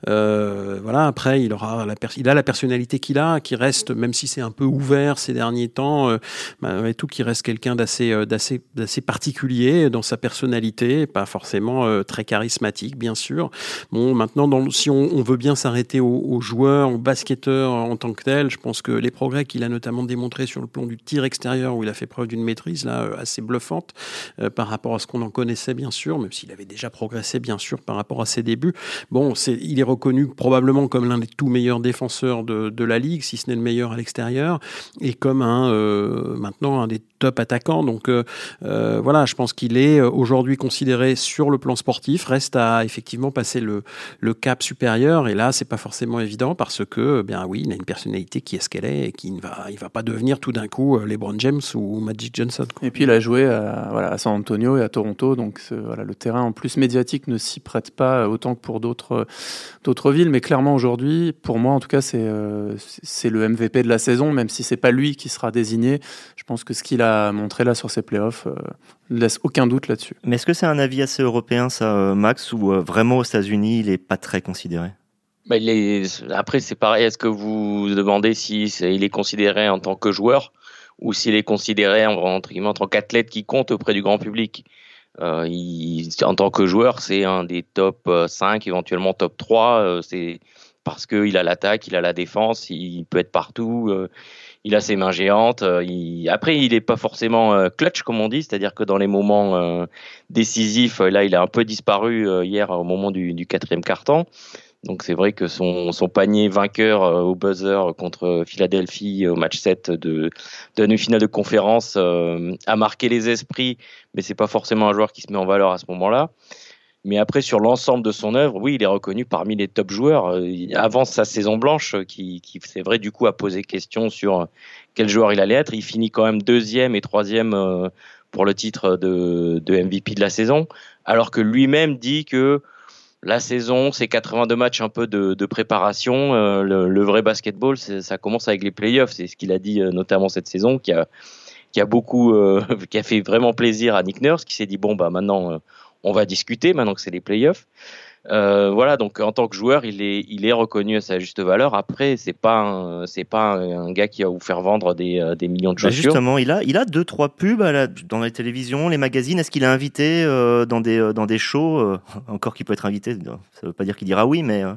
Speaker 3: Euh, voilà. Après, il aura la il a la personnalité qu'il a, qui reste, même si c'est un peu ouvert ces derniers temps, euh, malgré tout, qui reste quelqu'un d'assez, d'assez, d'assez particulier dans sa personnalité, pas forcément euh, très charismatique, bien sûr. Bon, maintenant, dans, si on, on veut bien s'arrêter aux, aux joueurs, aux basketteurs en tant que tels, je pense que les progrès qu'il a notamment démontrés sur le plan du tir extérieur, où il a fait preuve d'une maîtrise là assez bluffante euh, par rapport à ce qu'on en connaissait bien sûr, même s'il avait déjà progressé bien sûr par rapport à ses débuts. Bon, c'est, il est reconnu probablement comme l'un des tout meilleurs défenseurs de, de la ligue, si ce n'est le meilleur à l'extérieur, et comme un euh, maintenant un des top attaquants. Donc euh, euh, voilà, je pense qu'il est aujourd'hui considéré sur le plan sportif. Reste à effectivement passer le, le cap supérieur, et là c'est pas forcément évident parce que bien oui, il a une personnalité qui est ce qu'elle est et qui ne va, il va pas devenir tout d'un coup LeBron James ou Magic Johnson, quoi.
Speaker 4: Et puis il a joué à, voilà, à San Antonio et à Toronto, donc voilà, le terrain en plus médiatique ne s'y prête pas autant que pour d'autres, d'autres villes, mais clairement aujourd'hui, pour moi en tout cas, c'est, euh, c'est le M V P de la saison, même si c'est pas lui qui sera désigné. Je pense que ce qu'il a montré là sur ses playoffs euh, ne laisse aucun doute là-dessus.
Speaker 1: Mais est-ce que c'est un avis assez européen ça, Max, ou euh, vraiment aux États-Unis il est pas très considéré ?
Speaker 5: Bah, il est... Après c'est pareil, est-ce que vous demandez si il est considéré en tant que joueur ou s'il est considéré en, entre guillemets, en tant qu'athlète qui compte auprès du grand public? Euh, il, en tant que joueur, c'est un des top cinq, éventuellement top trois. Euh, c'est parce qu'il a l'attaque, il a la défense, il peut être partout. Euh, il a ses mains géantes. Euh, il... Après, il n'est pas forcément euh, clutch, comme on dit, c'est-à-dire que dans les moments euh, décisifs, là, il a un peu disparu euh, hier au moment du, du quatrième quart-temps. Donc c'est vrai que son, son panier vainqueur euh, au buzzer contre Philadelphie au match sept de, de la demi-finale de conférence euh, a marqué les esprits, mais c'est pas forcément un joueur qui se met en valeur à ce moment-là. Mais après, sur l'ensemble de son œuvre, oui, il est reconnu parmi les top joueurs. Il avance sa saison blanche, qui, qui c'est vrai, du coup, a posé question sur quel joueur il allait être. Il finit quand même deuxième et troisième euh, pour le titre de, de M V P de la saison, alors que lui-même dit que la saison, c'est quatre-vingt-deux matchs un peu de, de préparation. Euh, le, le vrai basketball, c'est, ça commence avec les playoffs. C'est ce qu'il a dit euh, notamment cette saison, qui a, qui a beaucoup, euh, qui a fait vraiment plaisir à Nick Nurse, qui s'est dit bon bah maintenant euh, on va discuter maintenant que c'est les playoffs. Euh, voilà, donc en tant que joueur, il est, il est reconnu à sa juste valeur. Après, c'est pas, un, c'est pas un, un gars qui va vous faire vendre des, euh, des millions de chaussures.
Speaker 1: Bah justement, il a, il a deux, trois pubs à la, dans les télévisions, les magazines. Est-ce qu'il est invité euh, dans des, dans des shows euh, encore qu'il peut être invité, ça veut pas dire qu'il dira oui, mais euh,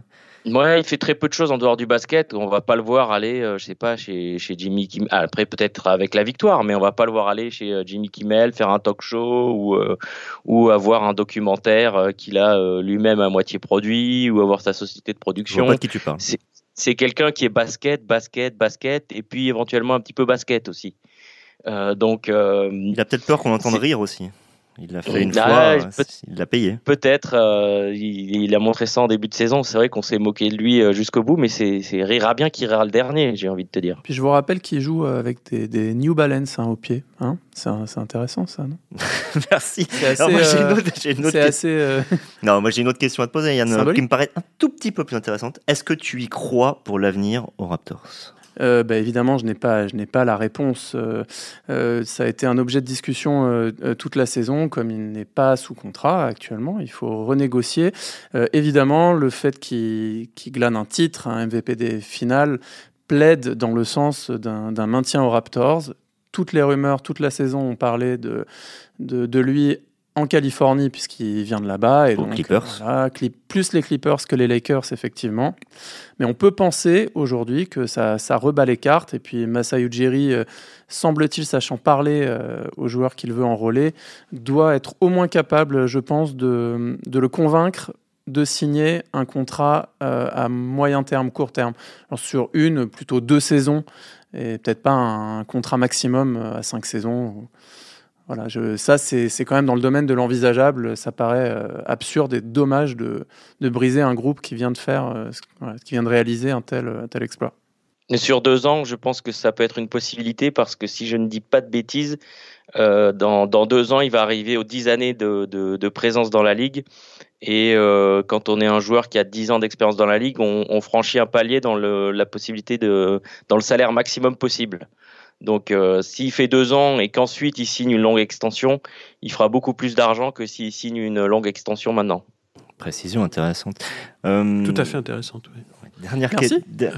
Speaker 5: Ouais, il fait très peu de choses en dehors du basket. On va pas le voir aller, euh, je sais pas, chez, chez Jimmy Kimmel. Ah, après, peut-être avec la victoire, mais on va pas le voir aller chez euh, Jimmy Kimmel, faire un talk show ou, euh, ou avoir un documentaire euh, qu'il a euh, lui-même à moitié produit ou avoir sa société de production.
Speaker 1: Je vois pas de qui tu parles.
Speaker 5: C'est, c'est quelqu'un qui est basket, basket, basket et puis éventuellement un petit peu basket aussi. Euh, donc, euh,
Speaker 1: il a peut-être peur qu'on entende
Speaker 5: c'est...
Speaker 1: rire aussi. Il l'a fait une
Speaker 5: ah,
Speaker 1: fois,
Speaker 5: peut-
Speaker 1: il l'a payé.
Speaker 5: Peut-être, euh, il, il a montré ça en début de saison. C'est vrai qu'on s'est moqué de lui euh, jusqu'au bout, mais c'est, c'est rira bien qui rira le dernier, j'ai envie de te dire.
Speaker 4: Puis je vous rappelle qu'il joue avec des, des New Balance hein, au pied. Hein c'est, un, c'est intéressant ça, non?
Speaker 1: Merci.
Speaker 4: C'est assez,
Speaker 1: Alors moi, j'ai
Speaker 4: euh,
Speaker 1: une autre, j'ai une autre
Speaker 4: c'est
Speaker 1: question.
Speaker 4: assez, euh...
Speaker 1: Non, moi j'ai une autre question à te poser, Yann,
Speaker 4: Symbolique.
Speaker 1: qui me paraît un tout petit peu plus intéressante. Est-ce que tu y crois pour l'avenir aux Raptors?
Speaker 4: Euh, bah, évidemment, je n'ai pas, je n'ai pas la réponse. Euh, euh, ça a été un objet de discussion euh, euh, toute la saison. Comme il n'est pas sous contrat actuellement, il faut renégocier. Euh, évidemment, le fait qu'il, qu'il glane un titre, un M V P des finales, plaide dans le sens d'un, d'un maintien aux Raptors. Toutes les rumeurs, toute la saison ont parlé de, de, de lui en Californie, puisqu'il vient de là-bas. Et
Speaker 1: Aux
Speaker 4: donc,
Speaker 1: Clippers.
Speaker 4: Voilà, clip, plus les Clippers que les Lakers, effectivement. Mais on peut penser aujourd'hui que ça, ça rebat les cartes. Et puis Masai Ujiri, euh, semble-t-il, sachant parler euh, aux joueurs qu'il veut enrôler, doit être au moins capable, je pense, de, de le convaincre de signer un contrat euh, à moyen terme, court terme. Alors, sur une, plutôt deux saisons, et peut-être pas un contrat maximum à cinq saisons. Voilà, je, ça, c'est, c'est quand même dans le domaine de l'envisageable. Ça paraît euh, absurde et dommage de, de briser un groupe qui vient de faire, euh, voilà, qui vient de réaliser un tel, un tel exploit.
Speaker 5: Et sur deux ans, je pense que ça peut être une possibilité parce que si je ne dis pas de bêtises, euh, dans, dans deux ans, il va arriver aux dix années de, de, de présence dans la Ligue. Et euh, quand on est un joueur qui a dix ans d'expérience dans la Ligue, on, on franchit un palier dans le, la possibilité de, dans le salaire maximum possible. Donc, euh, s'il fait deux ans et qu'ensuite il signe une longue extension, il fera beaucoup plus d'argent que s'il signe une longue extension maintenant.
Speaker 1: Précision intéressante. Euh...
Speaker 3: Tout à fait intéressante, oui.
Speaker 1: Dernière,
Speaker 4: Merci.
Speaker 1: que... De...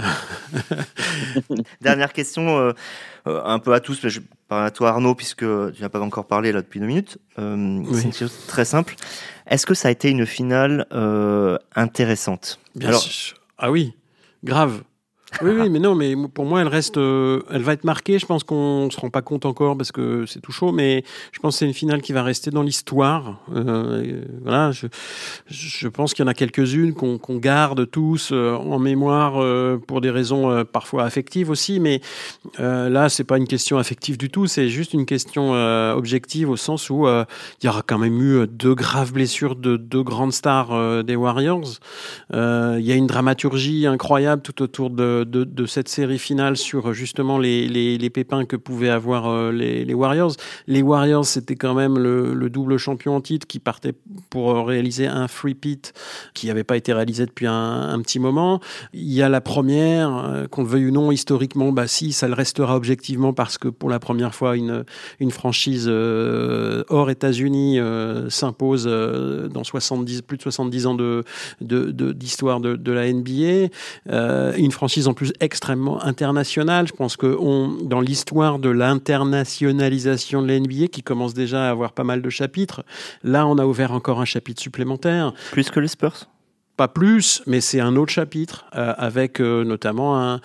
Speaker 1: Dernière question, euh, euh, un peu à tous, mais je parle à toi Arnaud, puisque tu n'as pas encore parlé là depuis deux minutes. Euh, oui. C'est une chose très simple. Est-ce que ça a été une finale euh, intéressante?
Speaker 3: Bien Alors... sûr. Ah oui, grave. Oui, oui, mais non, mais pour moi, elle reste, euh, elle va être marquée. Je pense qu'on se rend pas compte encore parce que c'est tout chaud, mais je pense que c'est une finale qui va rester dans l'histoire. Euh, voilà, je, je pense qu'il y en a quelques-unes qu'on, qu'on garde tous euh, en mémoire euh, pour des raisons euh, parfois affectives aussi, mais euh, là, c'est pas une question affective du tout. C'est juste une question euh, objective au sens où euh, il y aura quand même eu deux graves blessures de deux grandes stars euh, des Warriors. Euh, il y a une dramaturgie incroyable tout autour de De, de cette série finale sur justement les, les, les pépins que pouvaient avoir euh, les, les Warriors. Les Warriors, c'était quand même le, le double champion en titre qui partait pour réaliser un three-peat qui n'avait pas été réalisé depuis un, un petit moment. Il y a la première, euh, qu'on le veuille ou non, historiquement, bah si, ça le restera objectivement parce que pour la première fois, une, une franchise euh, hors États-Unis euh, s'impose euh, dans soixante-dix, plus de soixante-dix ans de, de, de, d'histoire de, de la N B A. Euh, une franchise en plus extrêmement international. Je pense que on, dans l'histoire de l'internationalisation de la N B A, qui commence déjà à avoir pas mal de chapitres, là, on a ouvert encore un chapitre supplémentaire.
Speaker 1: Plus que les Spurs ?
Speaker 3: Pas plus, mais c'est un autre chapitre euh, avec euh, notamment un,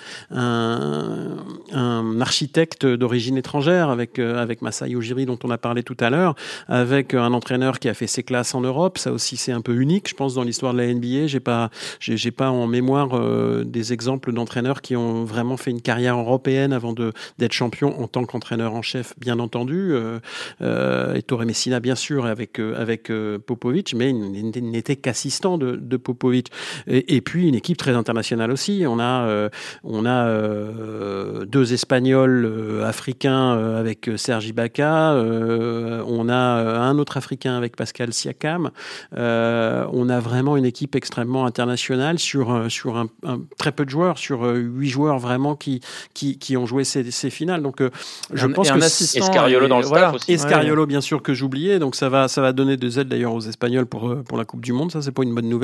Speaker 3: un, un architecte d'origine étrangère avec, euh, avec Masai Ujiri dont on a parlé tout à l'heure, avec un entraîneur qui a fait ses classes en Europe. Ça aussi, c'est un peu unique, je pense, dans l'histoire de la N B A. J'ai pas, j'ai, j'ai pas en mémoire euh, des exemples d'entraîneurs qui ont vraiment fait une carrière européenne avant de, d'être champion en tant qu'entraîneur en chef, bien entendu. Euh, euh, et Torre Messina, bien sûr, avec, euh, avec euh, Popovic, mais il n'était qu'assistant de, de Popovic. Et, et puis une équipe très internationale aussi. On a, euh, on a euh, deux Espagnols euh, africains euh, avec Serge Ibaka. Euh, on a un autre Africain avec Pascal Siakam. Euh, on a vraiment une équipe extrêmement internationale sur, sur un, un, très peu de joueurs, sur huit joueurs vraiment qui, qui, qui ont joué ces, ces finales. Donc euh, je
Speaker 4: un,
Speaker 3: pense
Speaker 4: et
Speaker 3: que
Speaker 5: Escariolo dans le
Speaker 4: voilà.
Speaker 5: staff aussi.
Speaker 3: Escariolo, bien sûr, que j'oubliais. Donc ça va, ça va donner des aides d'ailleurs aux Espagnols pour, pour la Coupe du Monde. Ça, c'est pas une bonne nouvelle. Ça va donner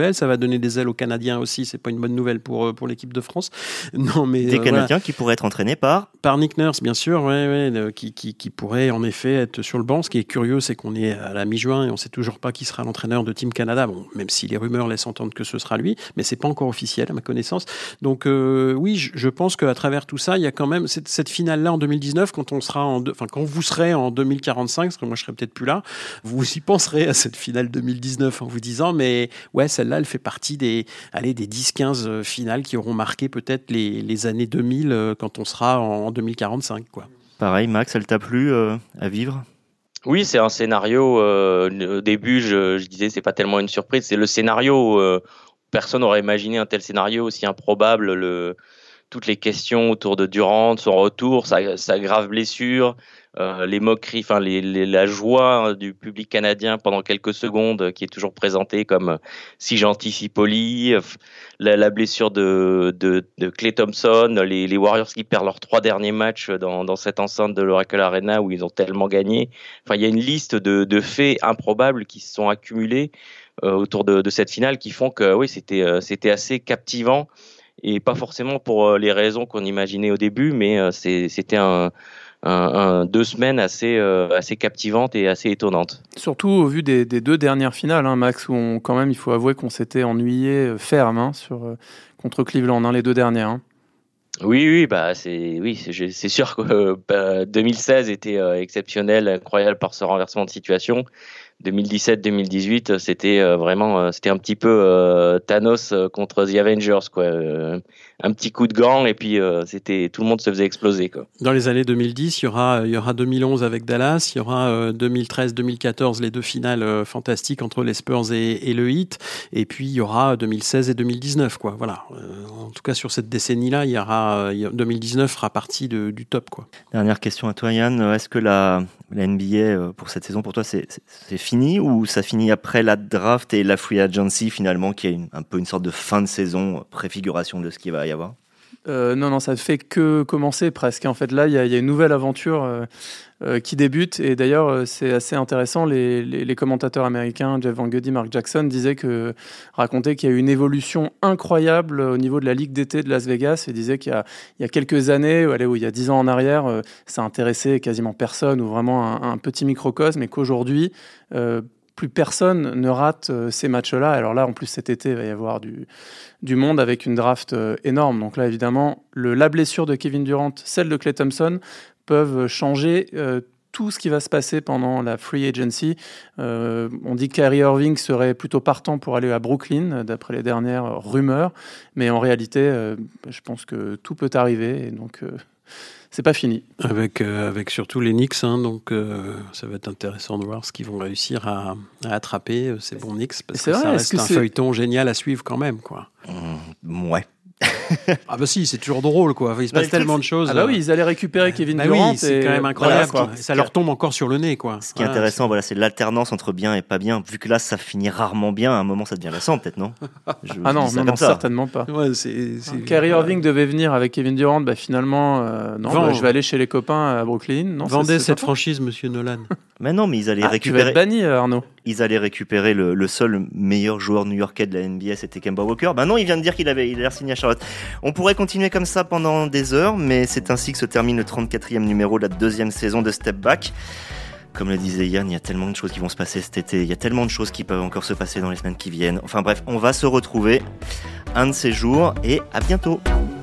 Speaker 3: donner des ailes aux Canadiens aussi, c'est pas une bonne nouvelle pour, pour l'équipe de France. Non, mais,
Speaker 1: des
Speaker 3: euh,
Speaker 1: Canadiens
Speaker 3: voilà.
Speaker 1: qui pourraient être entraînés par
Speaker 3: Par Nick Nurse, bien sûr, ouais, ouais, euh, qui, qui, qui pourrait en effet être sur le banc. Ce qui est curieux, c'est qu'on est à la mi-juin et on ne sait toujours pas qui sera l'entraîneur de Team Canada. Bon, même si les rumeurs laissent entendre que ce sera lui, mais c'est pas encore officiel à ma connaissance. Donc euh, oui, je, je pense qu'à travers tout ça, il y a quand même cette, cette finale-là en deux mille dix-neuf, quand on sera en, enfin quand vous serez en deux mille quarante-cinq, parce que moi je serai peut-être plus là, vous y penserez à cette finale deux mille dix-neuf en vous disant, mais ouais, celle-là, elle fait partie des, allez, des dix quinze finales qui auront marqué peut-être les, les années deux mille quand on sera en deux mille quarante-cinq, quoi.
Speaker 1: Pareil, Max, elle t'a plu euh, à vivre ?
Speaker 5: Oui, c'est un scénario. Euh, au début, je, je disais, c'est pas tellement une surprise. C'est le scénario. Euh, personne n'aurait imaginé un tel scénario aussi improbable. Le, toutes les questions autour de Durant, son retour, sa, sa grave blessure, euh, les moqueries, enfin les, les, la joie du public canadien pendant quelques secondes, qui est toujours présentée comme si gentil, si poli. La, la blessure de, de, de Klay Thompson, les, les Warriors qui perdent leurs trois derniers matchs dans, dans cette enceinte de l'Oracle Arena où ils ont tellement gagné. Enfin, il y a une liste de, de faits improbables qui se sont accumulés euh, autour de, de cette finale qui font que oui, c'était, euh, c'était assez captivant et pas forcément pour euh, les raisons qu'on imaginait au début, mais euh, c'est, c'était un, un, un deux semaines assez, euh, assez captivantes et assez étonnantes.
Speaker 4: Surtout au vu des, des deux dernières finales, hein, Max, où on, quand même, il faut avouer qu'on s'était ennuyé ferme hein, sur, euh, contre Cleveland, hein, les deux dernières. Hein.
Speaker 5: Oui, oui, bah c'est, oui, c'est, c'est sûr que euh, bah, deux mille seize était euh, exceptionnel, incroyable par ce renversement de situation. deux mille dix-sept deux mille dix-huit, c'était euh, vraiment, euh, c'était un petit peu euh, Thanos contre The Avengers, quoi. Euh, un petit coup de gant et puis euh, c'était, tout le monde se faisait exploser, quoi.
Speaker 3: Dans les années deux mille dix, il y aura, il y aura deux mille onze avec Dallas, il y aura euh, deux mille treize deux mille quatorze, les deux finales euh, fantastiques entre les Spurs et, et le Heat, et puis il y aura deux mille seize et deux mille dix-neuf, quoi. Voilà. Euh, en tout cas, sur cette décennie-là, il y aura, il y a, deux mille dix-neuf fera partie de, du top, quoi.
Speaker 1: Dernière question à toi, Yann. Est-ce que la, la N B A pour cette saison, pour toi, c'est, c'est, c'est fini ou ça finit après la draft et la free agency finalement, qui est une, un peu une sorte de fin de saison, préfiguration de ce qu'il va y avoir?
Speaker 4: Euh, non, non, ça ne fait que commencer presque. En fait, là, il y, y a une nouvelle aventure euh, euh, qui débute. Et d'ailleurs, euh, c'est assez intéressant. Les, les, les commentateurs américains, Jeff Van Gundy, Mark Jackson, disaient que, racontaient qu'il y a eu une évolution incroyable au niveau de la Ligue d'été de Las Vegas. Et disaient qu'il y a, il y a quelques années, ou, allez, ou il y a dix ans en arrière, euh, ça intéressait quasiment personne ou vraiment un, un petit microcosme. Et qu'aujourd'hui, euh, plus personne ne rate euh, ces matchs-là. Alors là, en plus, cet été, il va y avoir du, du monde avec une draft euh, énorme. Donc là, évidemment, le, la blessure de Kevin Durant, celle de Klay Thompson, peuvent changer euh, tout ce qui va se passer pendant la free agency. Euh, on dit que Kyrie Irving serait plutôt partant pour aller à Brooklyn, d'après les dernières rumeurs. Mais en réalité, euh, je pense que tout peut arriver. Et donc... Euh, c'est pas fini.
Speaker 3: Avec, euh, avec surtout les Knicks, hein, donc euh, ça va être intéressant de voir ce qu'ils vont réussir à, à attraper euh, ces bons Knicks, parce c'est que vrai, ça reste que un c'est... feuilleton génial à suivre quand même, quoi.
Speaker 1: Mmh, ouais.
Speaker 3: Ah bah si, c'est toujours drôle, quoi. Il se passe bah, tellement de choses.
Speaker 4: Ah bah oui, ils allaient récupérer Kevin
Speaker 3: bah
Speaker 4: Durant.
Speaker 3: Oui, c'est
Speaker 4: et...
Speaker 3: quand même incroyable.
Speaker 1: Voilà,
Speaker 3: ça leur tombe encore sur le nez, quoi.
Speaker 1: Ce qui est
Speaker 3: voilà,
Speaker 1: intéressant,
Speaker 3: c'est...
Speaker 1: voilà, c'est l'alternance entre bien et pas bien. Vu que là, ça finit rarement bien, à un moment, ça devient lassant, peut-être, non?
Speaker 4: Je, Ah non, non, non certainement pas.
Speaker 3: Ouais, c'est, c'est...
Speaker 4: Kyrie Irving devait venir avec Kevin Durant, bah finalement, euh, non, bah, je vais aller chez les copains à Brooklyn. Non,
Speaker 3: Vendez
Speaker 4: c'est, c'est
Speaker 3: cette franchise, Monsieur Nolan.
Speaker 1: Mais non, mais ils allaient
Speaker 4: ah,
Speaker 1: récupérer.
Speaker 4: Tu vas être banni, Arnaud.
Speaker 1: Ils allaient récupérer le, le seul meilleur joueur new-yorkais de la N B A, c'était Kemba Walker. Ben non, il vient de dire qu'il avait, il a signé à Charlotte. On pourrait continuer comme ça pendant des heures, mais c'est ainsi que se termine le trente-quatrième numéro de la deuxième saison de Step Back. Comme le disait Yann, il y a tellement de choses qui vont se passer cet été. Il y a tellement de choses qui peuvent encore se passer dans les semaines qui viennent. Enfin bref, on va se retrouver un de ces jours et à bientôt.